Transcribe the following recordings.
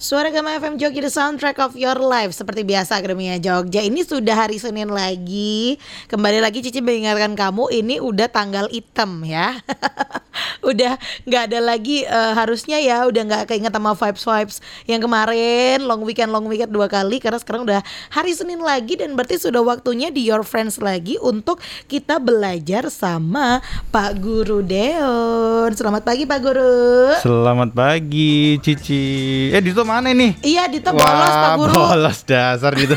Suara Gama FM Jogja, the soundtrack of your life. Seperti biasa Akademia Jogja ini sudah hari Senin lagi. Kembali lagi Cici mengingatkan kamu, ini udah tanggal hitam ya. Udah gak ada lagi harusnya ya, udah gak keinget sama vibes yang kemarin long weekend 2 kali. Karena sekarang udah hari Senin lagi, dan berarti sudah waktunya di Your Friends lagi untuk kita belajar sama Pak Guru Deon. Selamat pagi Pak Guru. Selamat pagi Cici. Dito mana nih? Iya, Dito bolos Pak Guru. Bolos dasar Dito.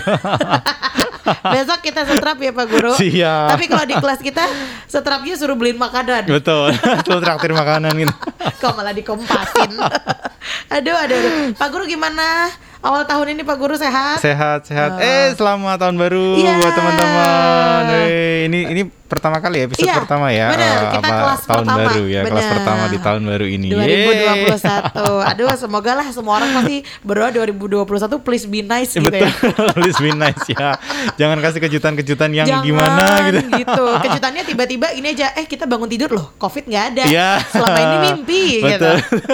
Besok kita setrap ya Pak Guru. Siap. Tapi kalau di kelas kita setrapnya suruh beliin makanan. Betul. Tuh traktir makanan gitu. Kok malah dikompasin. Aduh. Pak Guru gimana? Awal tahun ini Pak Guru sehat? Sehat. Selamat tahun baru buat teman-teman. Ini pertama kali ya, episode pertama ya. Benar, kita kelas tahun pertama. Baru ya, kelas pertama di tahun baru ini. 2021. Aduh, semoga lah semua orang pasti berdoa 2021 please be nice gitu. Betul, ya. please be nice ya. Jangan kasih kejutan-kejutan yang gimana gitu. Kejutannya tiba-tiba ini aja, kita bangun tidur loh, Covid nggak ada. Ya. Selama ini mimpi. Betul. Gitu.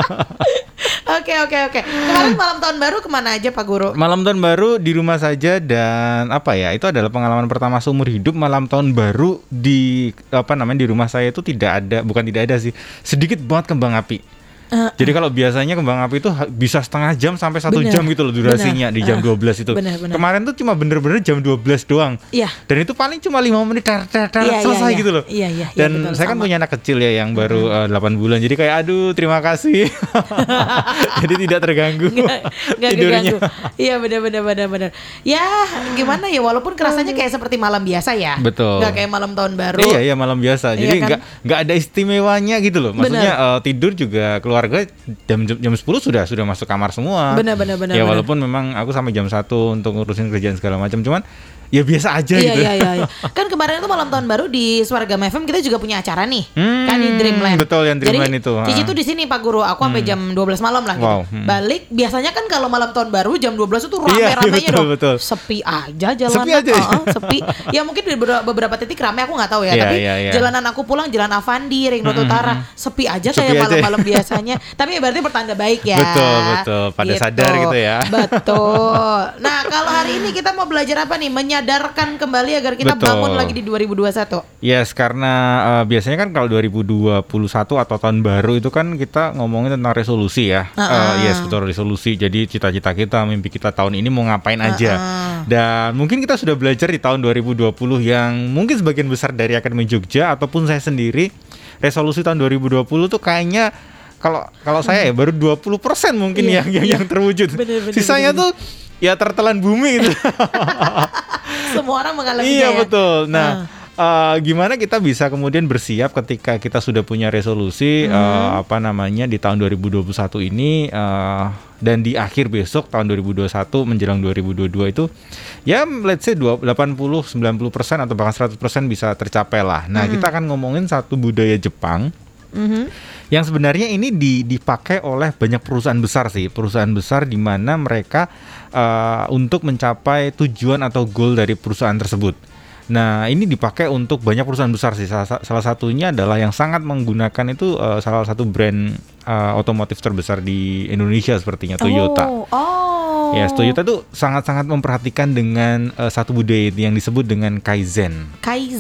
Oke. Kemarin malam tahun baru kemana aja Pak Guru? Malam tahun baru di rumah saja, dan itu adalah pengalaman pertama seumur hidup. Malam tahun baru di rumah saya itu bukan tidak ada sih, sedikit banget kembang api. Jadi kalau biasanya kembang api itu bisa setengah jam sampai 1 jam gitu loh durasinya di jam 12 itu. Bener. Kemarin tuh cuma bener-bener jam 12 doang. Iya. Dan itu paling cuma 5 menit selesai gitu loh. Iya. Dan betul, saya kan punya anak kecil ya yang baru 8 bulan. Jadi kayak aduh terima kasih. Jadi tidak terganggu tidurnya. Iya benar. Ya gimana ya, walaupun kerasanya kayak seperti malam biasa ya. Betul. Gak kayak malam tahun baru. Iya malam biasa. Jadi nggak ada istimewanya gitu loh. Maksudnya tidur juga keluarga jam 10 sudah masuk kamar semua. Benar. Ya walaupun memang aku sampai jam 1 untuk ngurusin kerjaan segala macam, cuman ya biasa aja gitu. Iya. Kan kemarin itu malam tahun baru di Suara Gama FM kita juga punya acara nih. Kan di Dreamland. Betul, yang Dreamland. Jadi, itu. Cici tuh di sini Pak Guru, aku sampai jam 12 malam lah gitu. Balik biasanya kan kalau malam tahun baru jam 12 itu rame-ramenya dong. Betul. Sepi aja jalanan. Sepi. Ya mungkin di beberapa titik rame aku enggak tahu ya, tapi jalanan aku pulang jalan Avandi, Ring Road Utara, sepi aja kayak malam-malam biasanya. Tapi berarti pertanda baik ya. Betul. Pada sadar gitu ya. Betul. Nah, kalau hari ini kita mau belajar apa nih? Menyadarkan kembali agar kita bangun lagi di 2021. Yes, karena biasanya kan kalau 2021 atau tahun baru itu kan kita ngomongin tentang resolusi ya. Yes, betul, resolusi. Jadi cita-cita kita, mimpi kita tahun ini mau ngapain aja. Dan mungkin kita sudah belajar di tahun 2020 yang mungkin sebagian besar dari Akademi Jogja ataupun saya sendiri, resolusi tahun 2020 tuh kayaknya kalau saya ya baru 20% mungkin yang terwujud. Bener, sisanya tuh ya tertelan bumi gitu. Semua orang mengalaminya. Iya betul. Nah, gimana kita bisa kemudian bersiap ketika kita sudah punya resolusi di tahun 2021 ini dan di akhir besok tahun 2021 menjelang 2022 itu ya let's say 80-90% atau bahkan 100% bisa tercapai lah. Nah, kita akan ngomongin satu budaya Jepang. Yang sebenarnya ini dipakai oleh banyak perusahaan besar sih, perusahaan besar di mana mereka untuk mencapai tujuan atau goal dari perusahaan tersebut. Nah, ini dipakai untuk banyak perusahaan besar sih. Salah satunya adalah yang sangat menggunakan itu salah satu brand otomotif terbesar di Indonesia sepertinya, Toyota. Ya, Toyota tuh sangat-sangat memperhatikan dengan satu budaya yang disebut dengan Kaizen.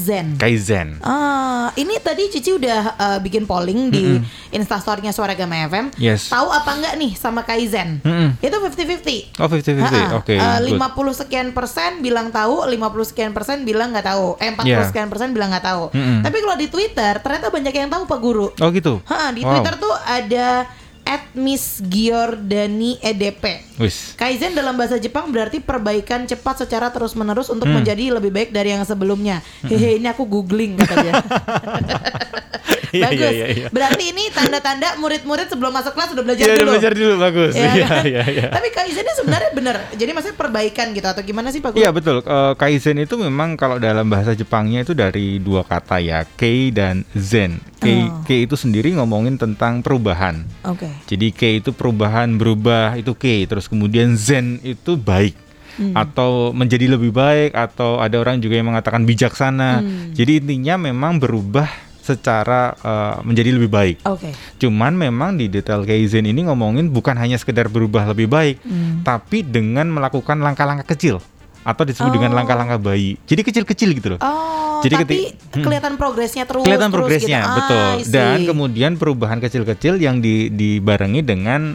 Ini tadi Cici udah bikin polling di Instastory-nya Suara Gama FM. Yes. Tahu apa enggak nih sama Kaizen? Itu 50-50. Oh, 50-50. Oke. 50 sekian persen bilang tahu, 50 sekian persen bilang nggak tahu. 40 sekian persen bilang nggak tahu. Tapi kalau di Twitter ternyata banyak yang tahu Pak Guru. Oh gitu. Di Twitter tuh ada @Miss_Giordani EDP. Kaizen dalam bahasa Jepang berarti perbaikan cepat secara terus-menerus untuk menjadi lebih baik dari yang sebelumnya. Hehe, ini aku googling katanya. Bagus. Iya. Berarti ini tanda-tanda murid-murid sebelum masuk kelas sudah belajar dulu. Belajar dulu, bagus. Iya. Tapi Kaizennya sebenarnya benar. Jadi maksudnya perbaikan gitu atau gimana sih Pak Guru? Iya betul. Kaizen itu memang kalau dalam bahasa Jepangnya itu dari 2 kata ya, Kei dan Zen. Kei itu sendiri ngomongin tentang perubahan. Oke. Jadi Kei itu perubahan, berubah itu Kei. Terus kemudian Zen itu baik. Atau menjadi lebih baik, atau ada orang juga yang mengatakan bijaksana. Jadi intinya memang berubah secara menjadi lebih baik. Oke. Cuman memang di detail Kaizen ini ngomongin bukan hanya sekedar berubah lebih baik, tapi dengan melakukan langkah-langkah kecil atau disebut dengan langkah-langkah bayi. Jadi kecil-kecil gitu loh. Jadi tapi kelihatan progresnya terus. Kelihatan progresnya, gitu. betul. Dan kemudian perubahan kecil-kecil yang dibarengi dengan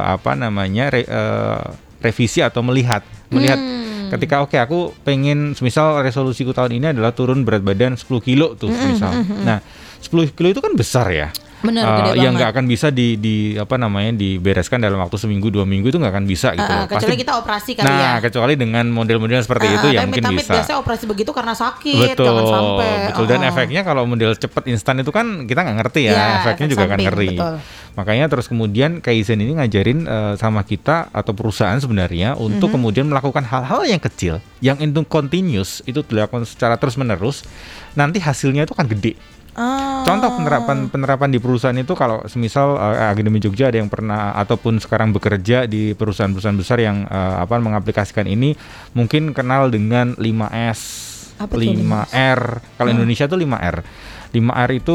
revisi atau melihat. Ketika aku pengen, misal resolusiku tahun ini adalah turun berat badan 10 kilo tuh misal. Nah, 10 kilo itu kan besar ya. Benar, gede yang banget. nggak akan bisa dibereskan dalam waktu seminggu 2 minggu, itu nggak akan bisa gitu. Kecuali kita operasi kali ya. Nah, kecuali dengan model-model seperti itu yang mungkin bisa. Biasanya operasi begitu karena sakit, jangan sampai. Betul. Dan efeknya kalau model cepat instan itu kan kita nggak ngerti ya, efeknya juga akan ngeri. Betul. Makanya terus kemudian Kaizen ini ngajarin sama kita atau perusahaan sebenarnya untuk kemudian melakukan hal-hal yang kecil, yang itu continuous, itu dilakukan secara terus-menerus, nanti hasilnya itu akan gede. Contoh penerapan di perusahaan itu, kalau semisal Akademi Jogja ada yang pernah ataupun sekarang bekerja di perusahaan-perusahaan besar yang mengaplikasikan ini, mungkin kenal dengan 5S, 5R. Kalau Indonesia tuh 5R. 5R itu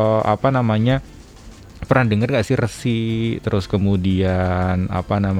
pernah dengar gak sih? Resi, terus kemudian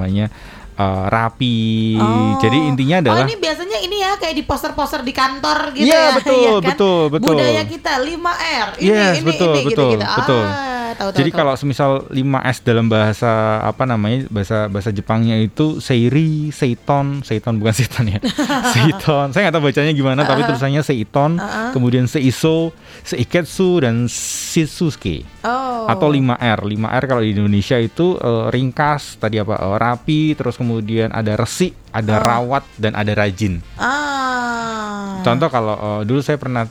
rapi. Jadi intinya adalah ini biasanya ini ya kayak di poster-poster di kantor gitu ya. Ya, betul, ya kan? betul. Budaya kita 5R. Yes, betul. Gitu. Tahu. Kalau semisal 5S dalam bahasa bahasa Jepangnya itu seiri, seiton bukan setan ya. Seiton. Saya nggak tahu bacanya gimana, tapi tulisannya seiton, kemudian seiso, seiketsu, dan shitsuke. Atau 5R. 5R kalau di Indonesia itu ringkas, tadi rapi, terus kemudian ada resi, ada rawat, dan ada rajin. Contoh kalau dulu saya pernah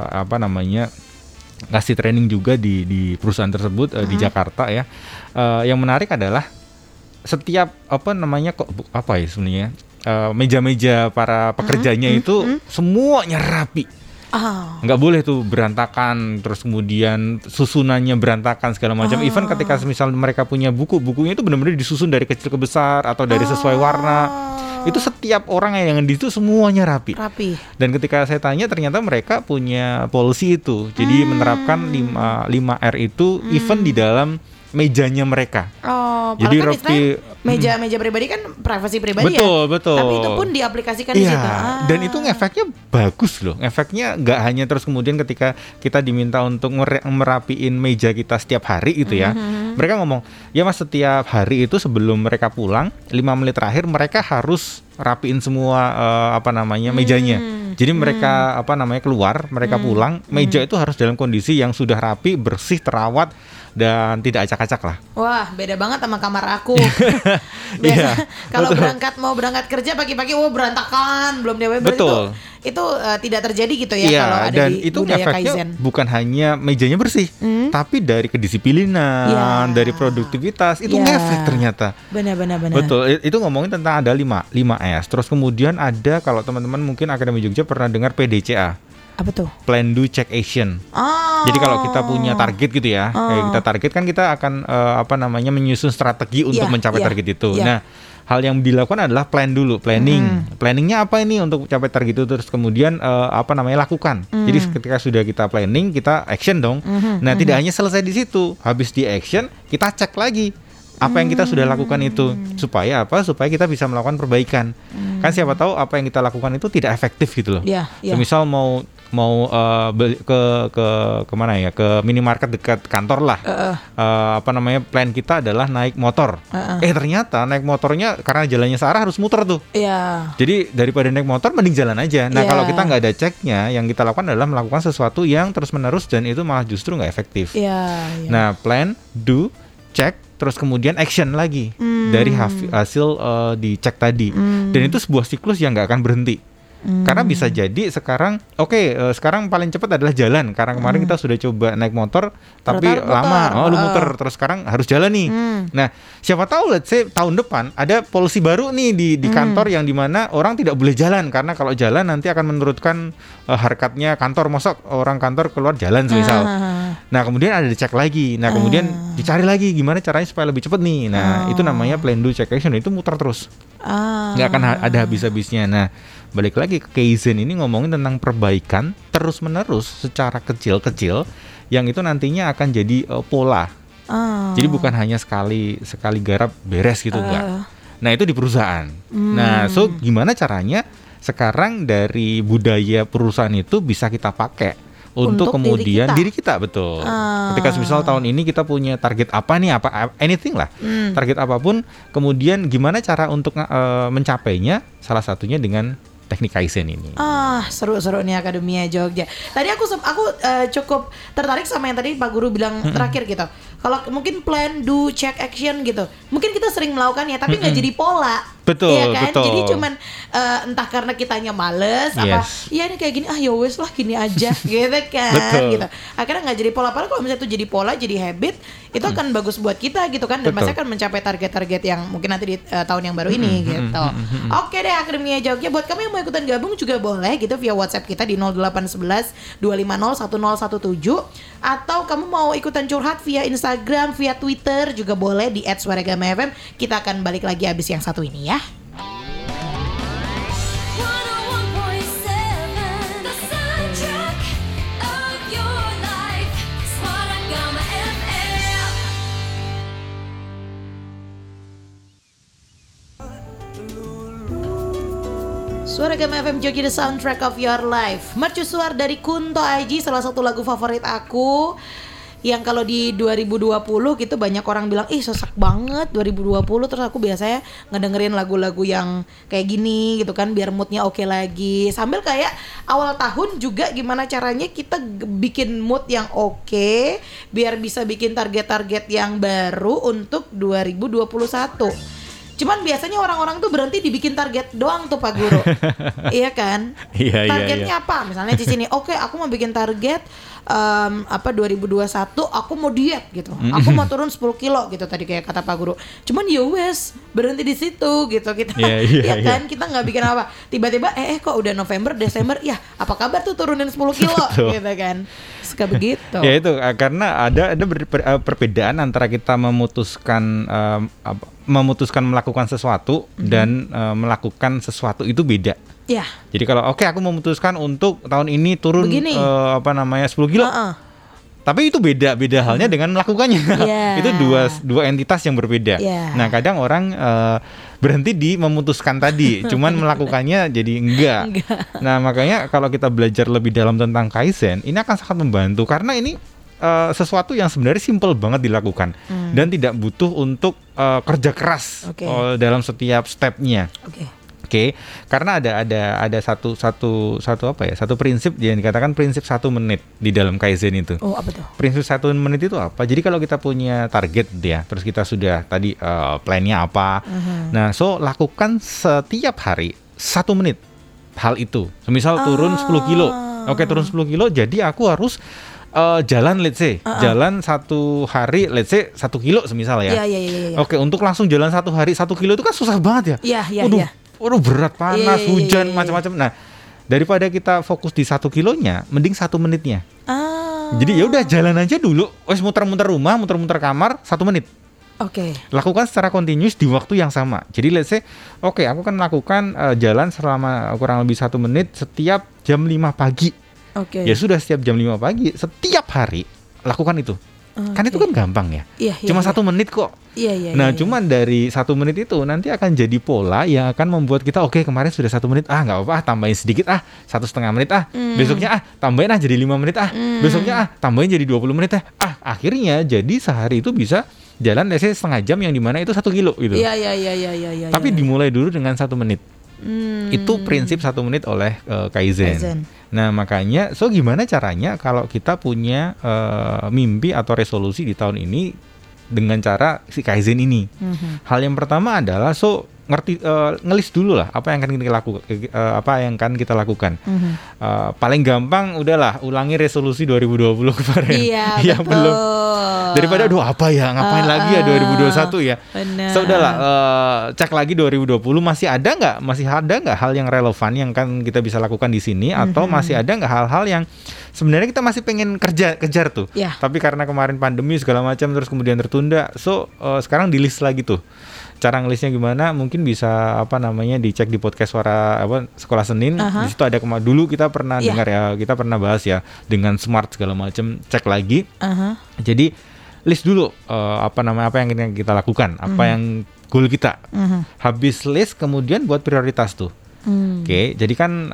ngasih training juga di perusahaan tersebut di Jakarta ya. Yang menarik adalah setiap meja-meja para pekerjanya itu semuanya rapi. Nggak boleh tuh berantakan, terus kemudian susunannya berantakan segala macam. Even ketika misal mereka punya bukunya itu benar-benar disusun dari kecil ke besar atau dari sesuai warna. Itu setiap orang yang di situ semuanya rapi. Dan ketika saya tanya, ternyata mereka punya policy itu. Jadi menerapkan 5R itu even di dalam mejanya mereka. Jadi kan meja pribadi kan privasi pribadi. Betul. Tapi itu pun diaplikasikan di situ. Dan itu efeknya bagus loh. Efeknya nggak hanya terus kemudian ketika kita diminta untuk merapiin meja kita setiap hari gitu ya. Mereka ngomong, ya mas, setiap hari itu sebelum mereka pulang 5 menit terakhir mereka harus rapiin semua mejanya. Jadi mereka keluar, mereka pulang, meja itu harus dalam kondisi yang sudah rapi, bersih, terawat, dan tidak acak-acak lah. Wah, beda banget sama kamar aku. Biasa kalau mau berangkat kerja pagi-pagi, berantakan, belum DWB. Betul. Itu tidak terjadi gitu ya kalau ada dan di itu budaya efeknya Kaizen. Bukan hanya mejanya bersih, tapi dari kedisiplinan, dari produktivitas itu ngefek ternyata. Benar. Betul, itu ngomongin tentang ada 5S. Terus kemudian ada, kalau teman-teman mungkin Akademi Jogja pernah dengar PDCA. Apa tuh? Plan, Do, Check, Action. Jadi kalau kita punya target gitu ya, kayak kita target kan kita akan menyusun strategi untuk mencapai target itu. Nah, hal yang dilakukan adalah plan dulu, planningnya apa ini untuk capai target itu, terus kemudian lakukan. Jadi ketika sudah kita planning, kita action dong. Nah, tidak hanya selesai di situ, habis di action kita cek lagi apa yang kita sudah lakukan itu, supaya kita bisa melakukan perbaikan. Kan siapa tahu apa yang kita lakukan itu tidak efektif gitu loh. Misal mau ke mana ya, ke minimarket dekat kantor lah. Plan kita adalah naik motor. Ternyata naik motornya karena jalannya searah harus muter tuh. Jadi daripada naik motor mending jalan aja. Nah, kalau kita nggak ada ceknya, yang kita lakukan adalah melakukan sesuatu yang terus menerus dan itu malah justru nggak efektif. Nah, plan, do, check, terus kemudian action lagi dari hasil dicek tadi. Dan itu sebuah siklus yang nggak akan berhenti. Karena bisa jadi sekarang sekarang paling cepat adalah jalan, karena kemarin kita sudah coba naik motor tapi lama, lu muter, terus sekarang harus jalan nih. Nah, siapa tahu let's say tahun depan ada polisi baru nih di kantor yang dimana orang tidak boleh jalan, karena kalau jalan nanti akan menurunkan harkatnya kantor, mosok orang kantor keluar jalan misal. Nah, kemudian ada dicek lagi. Nah, kemudian dicari lagi gimana caranya supaya lebih cepat nih. Nah, itu namanya plan, do, check, action. Itu muter terus. Nggak akan ada habis-habisnya. Nah, balik lagi ke Kaizen ini ngomongin tentang perbaikan terus-menerus secara kecil-kecil yang itu nantinya akan jadi pola. Jadi bukan hanya sekali garap beres gitu enggak. Nah, itu di perusahaan. Nah, so gimana caranya sekarang dari budaya perusahaan itu bisa kita pakai untuk kemudian diri kita betul. Ketika misal tahun ini kita punya target apa nih, anything lah. Target apapun, kemudian gimana cara untuk mencapainya? Salah satunya dengan teknik Kaizen ini. Seru-seru nih Akademia Jogja. Tadi aku cukup tertarik sama yang tadi Pak Guru bilang terakhir gitu. Kalau mungkin plan, do, check, action gitu. Mungkin kita sering melakukannya tapi nggak jadi pola. Betul, iya kan? betul. Jadi cuman entah karena kitanya males apa, ya ini kayak gini, ya wes lah gini aja gitu kan. Betul. Gitu. Akhirnya nggak jadi pola. Padahal kalau misalnya itu jadi pola, jadi habit, itu akan bagus buat kita gitu kan. Dan pasti akan mencapai target-target yang mungkin nanti di tahun yang baru ini gitu. Oke deh Akademia Jogja, buat kamu yang mau ikutan gabung juga boleh gitu via WhatsApp kita di 0811 250 1017, atau kamu mau ikutan curhat via Instagram, via Twitter juga boleh di @suaragamafm. Kita akan balik lagi abis yang satu ini ya. Suara Gama FM Jogja, the soundtrack of your life. Mercusuar dari Kunto Aji, salah satu lagu favorit aku. Yang kalau di 2020 gitu banyak orang bilang, ih sesak banget 2020. Terus aku biasanya ngedengerin lagu-lagu yang kayak gini gitu kan, biar moodnya oke lagi. Sambil kayak awal tahun juga gimana caranya kita bikin mood yang oke, biar bisa bikin target-target yang baru untuk 2021. Cuman biasanya orang-orang tuh berhenti dibikin target doang tuh Pak Guru. Iya kan? Targetnya apa? Misalnya di sini, oke, aku mau bikin target 2021 aku mau diet gitu. Aku mau turun 10 kilo gitu tadi kayak kata Pak Guru. Cuman ya wes, berhenti di situ gitu kita. Ya kan? Kita enggak bikin apa. Tiba-tiba kok udah November, Desember, ya apa kabar tuh turunin 10 kilo gitu kan. Suka begitu. Ya itu karena ada perbedaan antara kita memutuskan melakukan sesuatu dan melakukan sesuatu itu beda. Ya. Jadi kalau aku memutuskan untuk tahun ini turun 10 kilo. Tapi itu beda halnya dengan melakukannya. Itu dua entitas yang berbeda. Nah, kadang orang berhenti di memutuskan tadi, cuman melakukannya jadi enggak. Nah, makanya kalau kita belajar lebih dalam tentang Kaizen, ini akan sangat membantu karena ini sesuatu yang sebenarnya simple banget dilakukan dan tidak butuh untuk kerja keras dalam setiap stepnya. Oke, karena ada satu prinsip yang dikatakan prinsip 1 menit di dalam Kaizen itu. Oh, apa tuh? Prinsip 1 menit itu apa? Jadi kalau kita punya target ya, terus kita sudah tadi plannya apa. Nah, so lakukan setiap hari 1 menit hal itu. Misal turun 10 kilo. Oke, turun 10 kilo, jadi aku harus jalan let's say jalan 1 hari let's say 1 kilo semisal ya. Oke, untuk langsung jalan 1 hari 1 kilo itu kan susah banget ya. Waduh, berat, panas, hujan, macam-macam. Nah, daripada kita fokus di 1 kilonya, mending 1 menitnya. Jadi ya udah jalan aja dulu, wes muter-muter rumah, muter-muter kamar 1 menit. Lakukan secara continuous di waktu yang sama. Jadi let's say, aku kan melakukan jalan selama kurang lebih 1 menit setiap jam 5 pagi. Ya sudah, setiap jam 5 pagi setiap hari lakukan itu. Kan itu kan gampang ya. Cuma 1 menit kok. Cuman dari 1 menit itu nanti akan jadi pola yang akan membuat kita kemarin sudah 1 menit, nggak apa-apa, tambahin sedikit 1,5 menit besoknya tambahin jadi 5 menit besoknya tambahin jadi 20 menit akhirnya jadi sehari itu bisa jalan let's say setengah jam yang dimana itu 1 kilo gitu. Tapi dimulai dulu dengan 1 menit. Itu prinsip 1 menit oleh Kaizen. Nah, makanya gimana caranya kalau kita punya mimpi atau resolusi di tahun ini dengan cara si Kaizen ini. Hal yang pertama adalah ngelis dulu lah apa yang akan kita lakukan. Paling gampang udahlah ulangi resolusi 2020 kemarin. Betul. Belum. Daripada ngapain lagi ya 2021 ya. Udahlah cek lagi 2020 masih ada nggak hal yang relevan yang kan kita bisa lakukan di sini, atau masih ada nggak hal-hal yang sebenarnya kita masih pengen kejar tuh. Tapi karena kemarin pandemi segala macam terus kemudian tertunda. Sekarang di list lagi tuh. Cara ngelisnya gimana? Mungkin bisa dicek di podcast suara Sekolah Senin. Di situ ada dulu kita pernah dengar ya, kita pernah bahas ya dengan smart segala macam. Cek lagi. Jadi list dulu apa yang kita lakukan, apa yang goal kita. Habis list kemudian buat prioritas tuh. Oke, jadi kan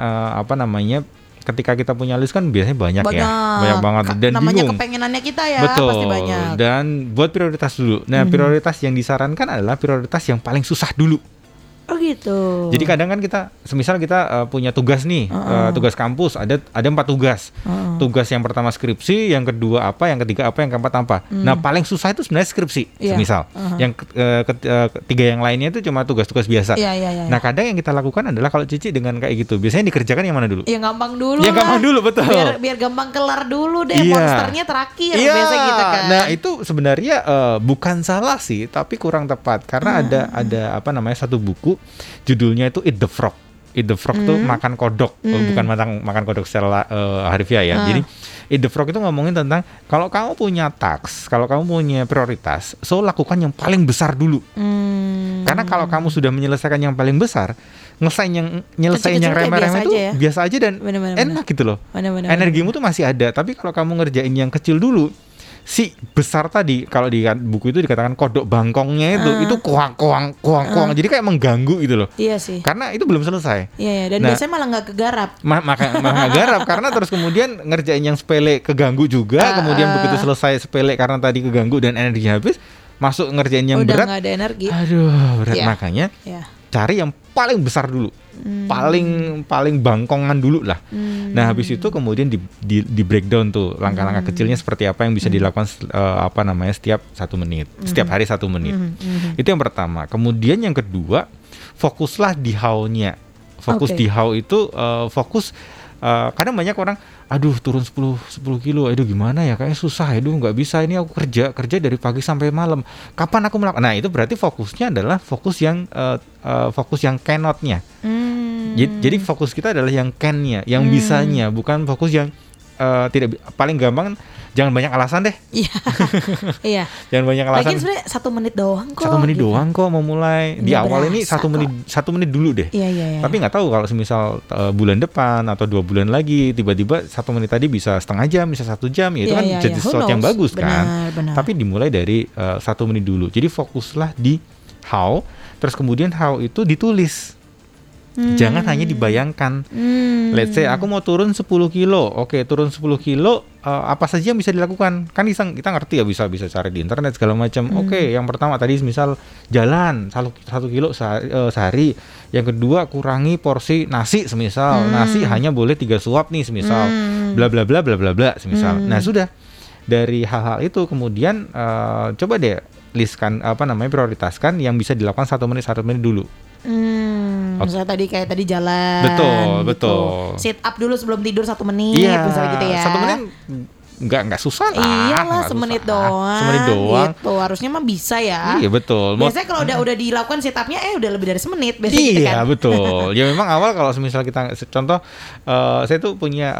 ketika kita punya list kan biasanya banyak banget dan namanya bingung. kepengenannya kita ya. Betul. Pasti banyak. Dan buat prioritas dulu. Nah, prioritas yang disarankan adalah prioritas yang paling susah dulu. Oh gitu. Jadi kadang kan kita, semisal kita punya tugas nih, tugas kampus, ada 4 tugas. Tugas yang pertama skripsi, yang kedua apa, yang ketiga apa, yang keempat apa. Nah paling susah itu sebenarnya skripsi, semisal. Yang ketiga yang lainnya itu cuma tugas-tugas biasa. Nah kadang yang kita lakukan adalah kalau Cici dengan kayak gitu, biasanya dikerjakan yang mana dulu? Yang gampang dulu. Yang gampang dulu, betul. Biar gampang kelar dulu deh, monsternya terakhir. Biasa gitu kan. Nah itu sebenarnya bukan salah sih, tapi kurang tepat karena ada satu buku. Judulnya itu Eat the Frog. Eat the Frog tuh makan kodok, bukan makan kodok secara harfiah ya. Jadi Eat the Frog itu ngomongin tentang kalau kamu punya task, kalau kamu punya prioritas, lakukan yang paling besar dulu. Karena kalau kamu sudah menyelesaikan yang paling besar, nyelesain yang remeh-remeh itu biasa aja dan enak gitu loh. Energimu tuh masih ada, tapi kalau kamu ngerjain yang kecil dulu, si besar tadi, kalau di buku itu dikatakan kodok bangkongnya itu kuang. Jadi kayak mengganggu gitu loh. Iya sih. Karena itu belum selesai. Iya, dan biasanya malah nggak kegarap. Malah nggak garap karena terus kemudian ngerjain yang sepele keganggu juga. Kemudian begitu selesai sepele karena tadi keganggu dan energinya habis, masuk ngerjain yang berat. Udah nggak ada energi. Aduh, berat. Makanya cari yang paling besar dulu. Paling bangkongan dulu lah. Nah habis itu kemudian di breakdown tuh langkah-langkah kecilnya seperti apa yang bisa dilakukan setiap 1 menit, setiap hari 1 menit. Itu yang pertama. Kemudian yang kedua, fokuslah di how-nya. Fokus di how itu kadang banyak orang, aduh turun 10 kilo, aduh gimana ya, kayaknya susah, aduh nggak bisa, ini aku kerja dari pagi sampai malam, kapan aku melakukan? Nah itu berarti fokusnya adalah fokus yang cannot-nya. Jadi fokus kita adalah yang can-nya, yang bisanya, bukan fokus yang tidak. Paling gampang jangan banyak alasan deh. Iya. Jangan banyak alasan. Lagian sebenarnya 1 menit doang kok. 1 menit doang kok mau mulai. Di awal ini 1 menit dulu deh. Iya. Tapi nggak tahu kalau semisal bulan depan atau 2 bulan lagi tiba-tiba 1 menit tadi bisa setengah jam, bisa 1 jam, ya itu kan jadi sesuatu yang bagus kan. Benar. Tapi dimulai dari 1 menit dulu. Jadi fokuslah di how, terus kemudian how itu ditulis. Jangan hanya dibayangkan. Let's say aku mau turun 10 kilo. Oke, turun 10 kilo apa saja yang bisa dilakukan? Kan kita ngerti ya, bisa cari di internet segala macam. Oke, yang pertama tadi misal jalan 1 kilo sehari. Yang kedua kurangi porsi nasi semisal. Nasi hanya boleh 3 suap nih semisal. Bla bla bla bla bla bla semisal. Nah, sudah. Dari hal-hal itu kemudian coba deh listkan prioritaskan yang bisa dilakukan 1 menit dulu. Misalnya tadi jalan. Betul. Sit up dulu sebelum tidur 1 menit, misalnya gitu ya. 1 menit nggak susah lah. Iyalah, 1 menit doang. Gitu. Harusnya mah bisa ya. Iya betul. Biasanya kalau udah dilakukan sit upnya udah lebih dari 1 menit biasanya gitu kan. Iya betul. Ya memang awal kalau semisal kita contoh, saya tuh punya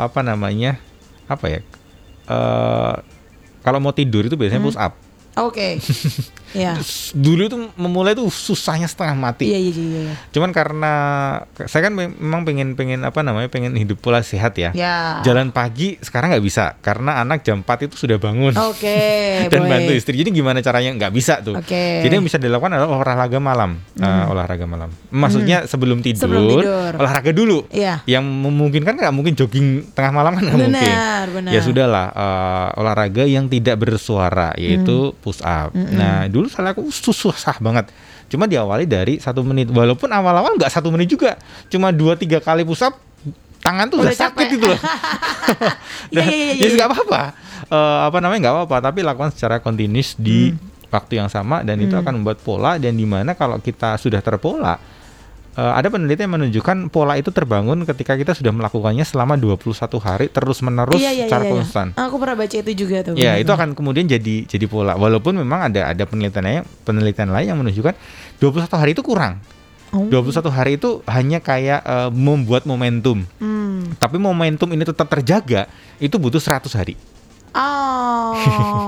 kalau mau tidur itu biasanya push up. Oke. Ya. Dulu itu memulai tuh susahnya setengah mati. Iya. Cuman karena saya kan memang pengen hidup pola sehat ya. Jalan pagi sekarang nggak bisa karena anak jam 4 itu sudah bangun. Dan bantu istri. Jadi gimana caranya nggak bisa tuh. Jadi yang bisa dilakukan adalah olahraga malam. Olahraga malam. Maksudnya sebelum tidur. Olahraga dulu. Yang memungkinkan nggak mungkin jogging tengah malam kan nggak mungkin. Benar. Ya sudahlah, olahraga yang tidak bersuara yaitu push up. Nah dulu salah aku susah banget. Cuma diawali dari 1 menit. Walaupun awal-awal nggak 1 menit juga, cuma 2-3 kali push up, tangan tuh udah sakit gitu loh. Jadi nggak apa-apa. Nggak apa-apa. Tapi lakukan secara kontinus di waktu yang sama dan itu akan membuat pola. Dan dimana kalau kita sudah terpola, ada penelitian yang menunjukkan pola itu terbangun ketika kita sudah melakukannya selama 21 hari terus-menerus secara konstan. Aku pernah baca itu juga tuh. Ya, itu akan kemudian jadi pola. Walaupun memang ada penelitian lain yang menunjukkan 21 hari itu kurang. 21 hari itu hanya kayak membuat momentum. Tapi momentum ini tetap terjaga itu butuh 100 hari.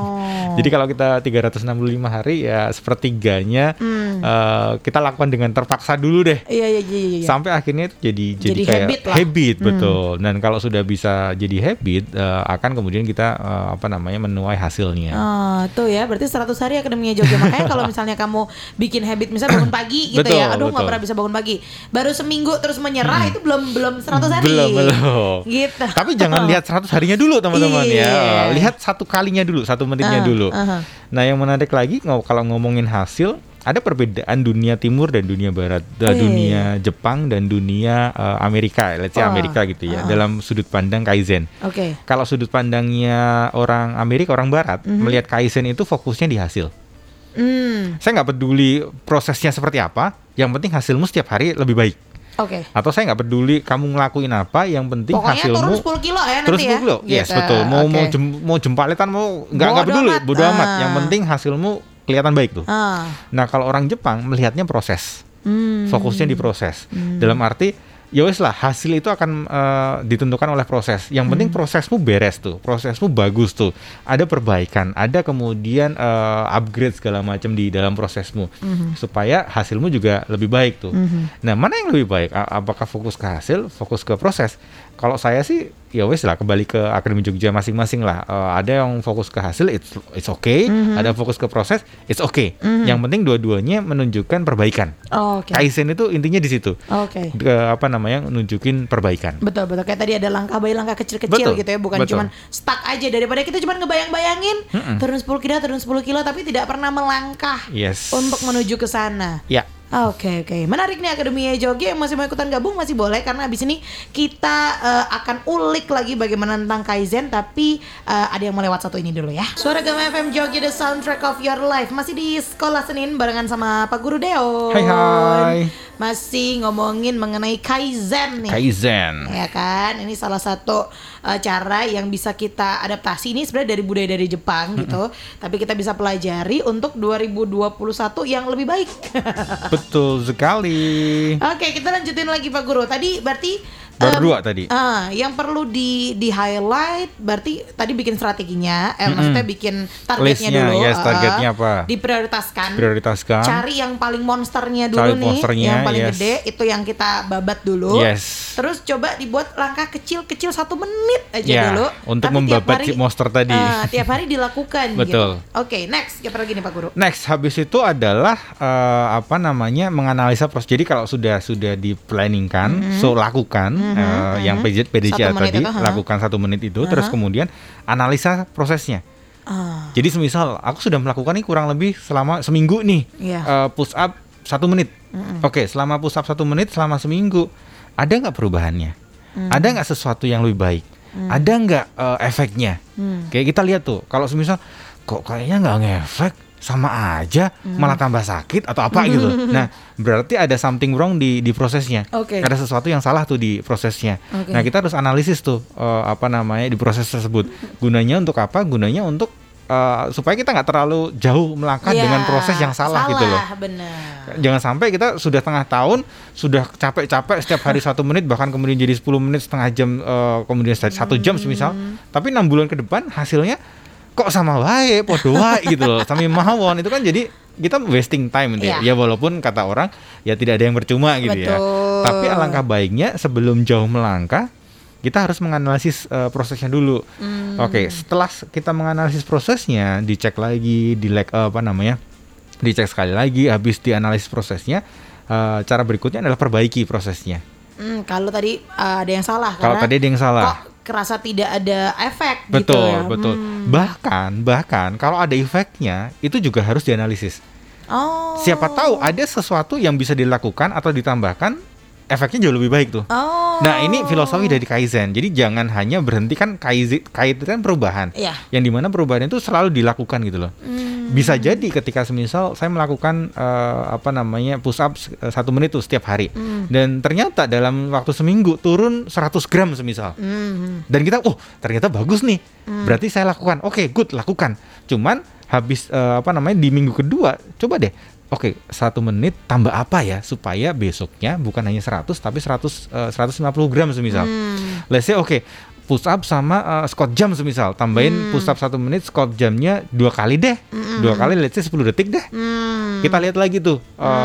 Jadi kalau kita 365 hari ya sepertiganya kita lakukan dengan terpaksa dulu deh. Iya. Sampai akhirnya itu jadi kayak habit betul. Dan kalau sudah bisa jadi habit akan kemudian kita menuai hasilnya. Tuh ya, berarti 100 hari Akademia Jogja. Makanya kalau misalnya kamu bikin habit misalnya bangun pagi gitu ya. Aduh, nggak pernah bisa bangun pagi. Baru seminggu terus menyerah itu belum 100 hari. Belum. Gitu. Tapi jangan lihat 100 harinya dulu teman-teman ya. Lihat 1 kalinya dulu, 1 menitnya dulu. Nah, yang menarik lagi kalau ngomongin hasil, ada perbedaan dunia timur dan dunia barat, dunia Jepang dan dunia Amerika, let's say Amerika gitu ya, dalam sudut pandang Kaizen. Kalau sudut pandangnya orang Amerika, orang barat, melihat Kaizen itu fokusnya di hasil. Saya nggak peduli prosesnya seperti apa, yang penting hasilmu setiap hari lebih baik. Atau saya nggak peduli kamu ngelakuin apa, yang penting pokoknya hasilmu turun 10 kilo ya nanti turun 10 kilo. Yes, betul. Mau jempaletan, mau nggak peduli, bodo amat. Yang penting hasilmu kelihatan baik tuh. Nah, kalau orang Jepang melihatnya proses, fokusnya di proses. Dalam arti ya wes lah, hasil itu akan ditentukan oleh proses. Yang penting prosesmu beres tuh, prosesmu bagus tuh, ada perbaikan, ada kemudian upgrade segala macam di dalam prosesmu, supaya hasilmu juga lebih baik tuh. Nah, mana yang lebih baik? Apakah fokus ke hasil, fokus ke proses? Kalau saya sih ya wes lah, kembali ke Akademi Jogja masing-masing lah. Ada yang fokus ke hasil, it's okay. Ada fokus ke proses, it's okay. Yang penting dua-duanya menunjukkan perbaikan. Kaizen itu intinya di situ. Nunjukin perbaikan. Betul. Kayak tadi ada langkah bayi, langkah kecil-kecil gitu ya, bukan cuma stuck aja, daripada kita cuma ngebayang-bayangin turun 10 kilo tapi tidak pernah melangkah untuk menuju ke sana. Oke. Menarik nih Akademia Jogja. Yang masih mau ikutan gabung masih boleh, karena abis ini kita akan ulik lagi bagaimana tentang Kaizen. Tapi ada yang mau lewat satu ini dulu ya. Suara Gama FM Jogja, the soundtrack of your life. Masih di Sekolah Senin barengan sama Pak Guru Deo. Hai. Masih ngomongin mengenai Kaizen nih. Kaizen. Ya kan, ini salah satu cara yang bisa kita adaptasi. Ini sebenarnya dari budaya dari Jepang gitu. Tapi kita bisa pelajari untuk 2021 yang lebih baik. Betul sekali. Oke, kita lanjutin lagi Pak Guru. Tadi berarti Baru 2 tadi. Yang perlu di highlight berarti tadi bikin strateginya, maksudnya bikin targetnya listnya, dulu. Targetnya apa? Diprioritaskan. Cari yang paling monsternya dulu yang paling gede, itu yang kita babat dulu. Terus coba dibuat langkah kecil-kecil 1 menit aja dulu. Untuk membabat si monster tadi. Tiap hari dilakukan. Betul. Gitu. Oke, next kita lagi nih Pak Guru. Next, habis itu adalah menganalisa proses. Jadi kalau sudah di-planningkan, so lakukan. Yang PDCA tadi lakukan 1 menit itu, terus kemudian analisa prosesnya. Jadi semisal aku sudah melakukan ini kurang lebih selama seminggu nih, push up 1 menit. Oke, selama push up 1 menit selama seminggu, ada nggak perubahannya? Ada nggak sesuatu yang lebih baik? Ada nggak efeknya? Kayak kita lihat tuh, kalau semisal kok kayaknya nggak ngefek, sama aja, malah tambah sakit atau apa gitu. Nah, berarti ada something wrong di prosesnya. Ada sesuatu yang salah tuh di prosesnya. Nah, kita harus analisis tuh di proses tersebut. Gunanya untuk apa? Gunanya untuk supaya kita nggak terlalu jauh melangkah dengan proses yang salah gitu loh. Bener. Jangan sampai kita sudah tengah tahun, sudah capek-capek setiap hari 1 menit, bahkan kemudian jadi 10 menit, setengah jam, kemudian 1 jam semisal. Tapi 6 bulan ke depan hasilnya kok sama wae, podo wae gitu loh, sami mawon. Itu kan jadi kita wasting time gitu ya. Ya walaupun kata orang ya tidak ada yang percuma gitu. Betul. Ya. Tapi alangkah baiknya sebelum jauh melangkah, kita harus menganalisis prosesnya dulu. Oke, setelah kita menganalisis prosesnya, dicek lagi, dicek sekali lagi, habis dianalisis prosesnya, cara berikutnya adalah perbaiki prosesnya. Kalau tadi ada yang salah, kalau tadi ada yang salah, kok kerasa tidak ada efek betul, gitu ya. Betul. Bahkan kalau ada efeknya itu juga harus dianalisis. Siapa tahu ada sesuatu yang bisa dilakukan atau ditambahkan, efeknya jauh lebih baik tuh. Nah, ini filosofi dari Kaizen. Jadi jangan hanya berhenti kan, Kaizen kan perubahan. Yang dimana perubahan itu selalu dilakukan gitu loh. Bisa jadi ketika semisal saya melakukan push up 1 menit tuh setiap hari, dan ternyata dalam waktu seminggu turun 100 gram semisal, dan kita ternyata bagus nih, berarti saya lakukan. Oke, good, lakukan. Cuman habis di minggu kedua coba deh, 1 menit tambah apa ya supaya besoknya bukan hanya 100 tapi 150 gram semisal. Let's say push up sama squat jam semisal, tambahin push up 1 menit, squat jamnya 2 kali deh, 2 kali let's say 10 detik deh. Kita lihat lagi tuh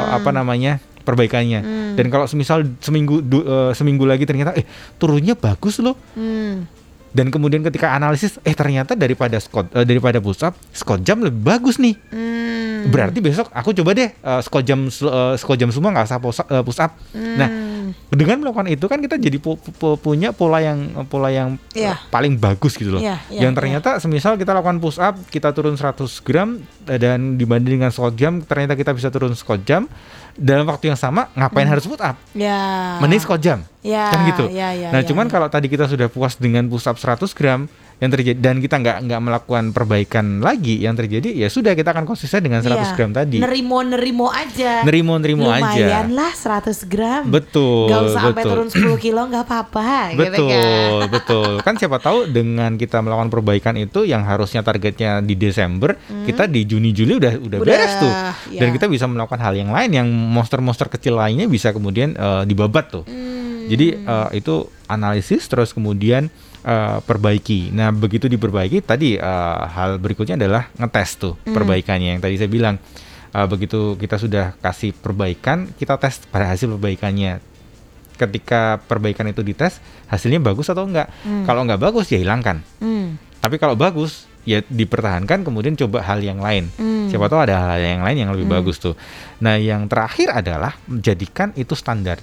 perbaikannya. Dan kalau semisal seminggu lagi ternyata turunnya bagus loh. Dan kemudian ketika analisis ternyata daripada push up, squat jam lebih bagus nih. Berarti besok aku coba deh squat jam semua, nggak usah push up. Nah, dengan melakukan itu kan kita jadi punya pola yang paling bagus gitu loh. Yang ternyata semisal kita lakukan push up, kita turun 100 gram dan dibanding dengan squat jam ternyata kita bisa turun squat jam dalam waktu yang sama, ngapain harus push up? Mending squat jam. Kan gitu. Nah, cuman kalau tadi kita sudah puas dengan push up 100 gram yang terjadi dan kita nggak melakukan perbaikan lagi, yang terjadi ya sudah kita akan konsisten dengan 100 gram tadi. Nerimo aja. Lumayan lah 100 gram. Betul. Gak usah sampai turun 10 kilo nggak apa-apa. Betul. Kan siapa tahu dengan kita melakukan perbaikan itu yang harusnya targetnya di Desember, kita di Juni Juli udah beres tuh. Dan kita bisa melakukan hal yang lain yang monster-monster kecil lainnya bisa kemudian dibabat tuh. Jadi itu analisis terus kemudian perbaiki. Nah, begitu diperbaiki tadi hal berikutnya adalah ngetes tuh perbaikannya yang tadi saya bilang. Begitu kita sudah kasih perbaikan, kita tes pada hasil perbaikannya. Ketika perbaikan itu dites, hasilnya bagus atau enggak. Kalau enggak bagus ya hilangkan. Tapi kalau bagus ya dipertahankan, kemudian coba hal yang lain. Siapa tahu ada hal yang lain yang lebih bagus tuh. Nah, yang terakhir adalah jadikan itu standar.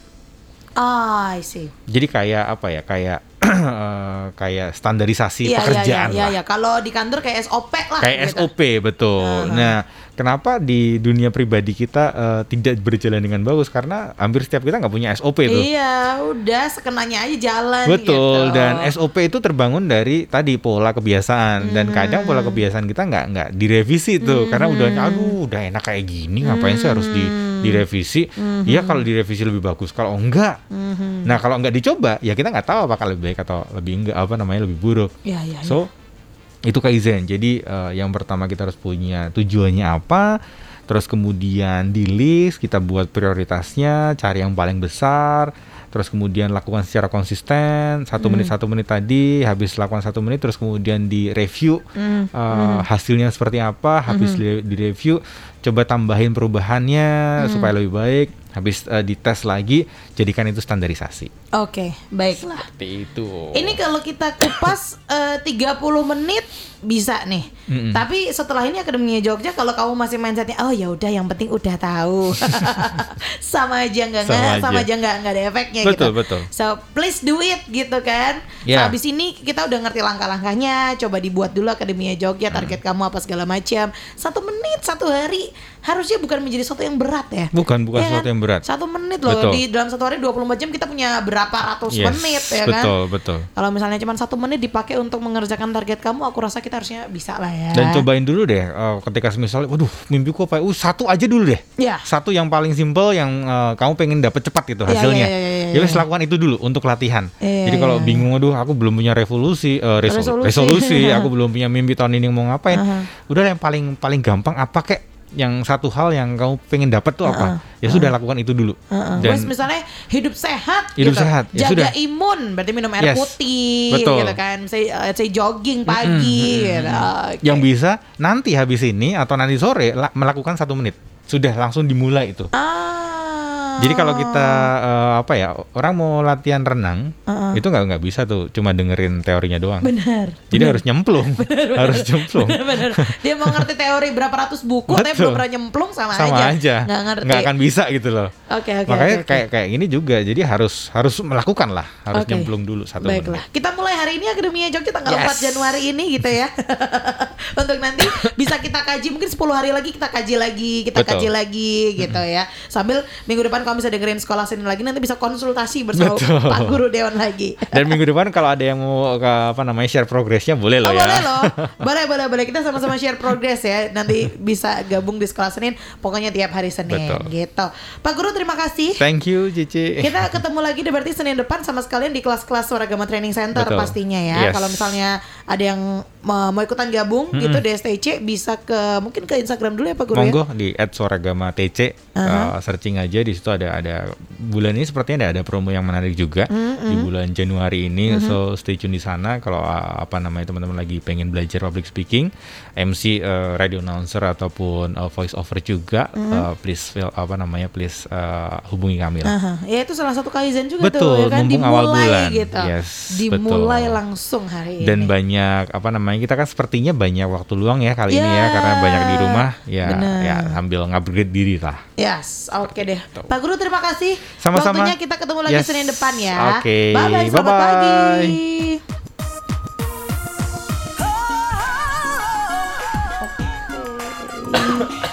I see. Jadi kayak apa ya? Kayak standarisasi pekerjaan lah. Iya. Kalau di kantor kayak SOP lah. Kayak gitu. SOP, betul. Nah, kenapa di dunia pribadi kita tidak berjalan dengan bagus? Karena hampir setiap kita nggak punya SOP tuh. Iya, udah sekenanya aja jalan. Betul. Gitu. Dan SOP itu terbangun dari tadi pola kebiasaan. Dan kadang pola kebiasaan kita nggak direvisi tuh. Karena udah enak kayak gini, ngapain sih harus direvisi? Iya, kalau direvisi lebih bagus. Kalau enggak, nah kalau enggak dicoba, ya kita nggak tahu apakah lebih baik atau lebih enggak lebih buruk. So itu kaizen. Jadi yang pertama kita harus punya tujuannya apa, terus kemudian di list kita buat prioritasnya, cari yang paling besar, terus kemudian lakukan secara konsisten 1 menit tadi, habis lakukan 1 menit terus kemudian di review hasilnya seperti apa, habis di review coba tambahin perubahannya supaya lebih baik, habis dites lagi, jadikan itu standarisasi. Oke, baiklah. Seperti itu. Ini kalau kita kupas 30 menit bisa nih. Tapi setelah ini Akademi Jogja, kalau kamu masih mindsetnya ya udah yang penting udah tahu. sama aja nggak ada efeknya. Betul. So please do it gitu kan. Habis ini kita udah ngerti langkah-langkahnya, coba dibuat dulu Akademi Jogja, target kamu apa segala macam. 1 menit 1 hari harusnya bukan menjadi sesuatu yang berat ya. Bukan ya sesuatu yang berat. 1 menit loh. Betul. Di dalam 1 hari 24 jam kita punya berapa ratus menit ya kan. Betul. Kalau misalnya cuma 1 menit dipakai untuk mengerjakan target kamu, aku rasa kita harusnya bisa lah ya. Dan cobain dulu deh ketika misalnya mimpiku apa, 1 aja dulu deh. 1 yang paling simple yang kamu pengen dapet cepat gitu hasilnya. Ya wes lakukan itu dulu untuk latihan. Jadi kalau bingung, aku belum punya resolusi, aku belum punya mimpi tahun ini mau ngapain. Udah yang paling gampang apa kek? Yang satu hal yang kamu pengen dapat tuh apa? Ya sudah lakukan itu dulu. Dan misalnya hidup sehat, ya jaga sudah. Imun, berarti minum air putih, betul. Gitu kan. Saya jogging pagi. Gitu. Yang bisa nanti habis ini atau nanti sore melakukan 1 menit. Sudah langsung dimulai itu. Jadi kalau kita orang mau latihan renang itu nggak bisa tuh cuma dengerin teorinya doang. Benar. Jadi harus nyemplung. Harus nyemplung. Benar. Dia mau ngerti teori berapa ratus buku, tapi belum pernah nyemplung sama aja. Nggak ngerti. Nggak akan bisa gitu loh. Oke. Makanya kayak ini juga. Jadi harus melakukan lah. Harus nyemplung dulu 1 menit. Baiklah. Kita mulai hari ini Akademi Jogja tanggal 4 Januari ini gitu ya. Untuk nanti bisa kita kaji, mungkin 10 hari lagi kita kaji lagi gitu ya. Sambil minggu depan kalau bisa dengerin Sekolah Senin lagi, nanti bisa konsultasi bersama Pak Guru Dewan lagi. Dan minggu depan kalau ada yang mau share progresnya boleh loh ya. Boleh loh. Boleh kita sama-sama share progress ya. Nanti bisa gabung di Sekolah Senin, pokoknya tiap hari Senin. Gitu. Pak Guru terima kasih. Thank you Cici. Kita ketemu lagi berarti Senin depan sama sekalian di kelas-kelas Waragama Training Center pastinya ya. Kalau misalnya ada yang mau ikutan gabung gitu di STC, bisa mungkin ke Instagram dulu ya Pak Guru. Monggo di @suaragama_tc, searching aja di situ ada bulan ini sepertinya ada promo yang menarik juga di bulan Januari ini. So stay tune di sana kalau teman-teman lagi pengen belajar public speaking, MC, radio announcer ataupun voice over juga, please hubungi kami lah. Ya itu salah satu kaizen juga. Betul, tuh ya kan, mumpung awal bulan gitu. Yes, dimulai betul. langsung hari ini. Dan banyak kita kan sepertinya banyak waktu luang ya kali ini ya, karena banyak di rumah ya. Bener. Ya sambil ngupgrade diri lah. Yes, oke deh Pak Guru, terima kasih. Sama-sama. Waktunya, kita ketemu lagi Senin depan ya. Oke. Bye-bye, selamat pagi.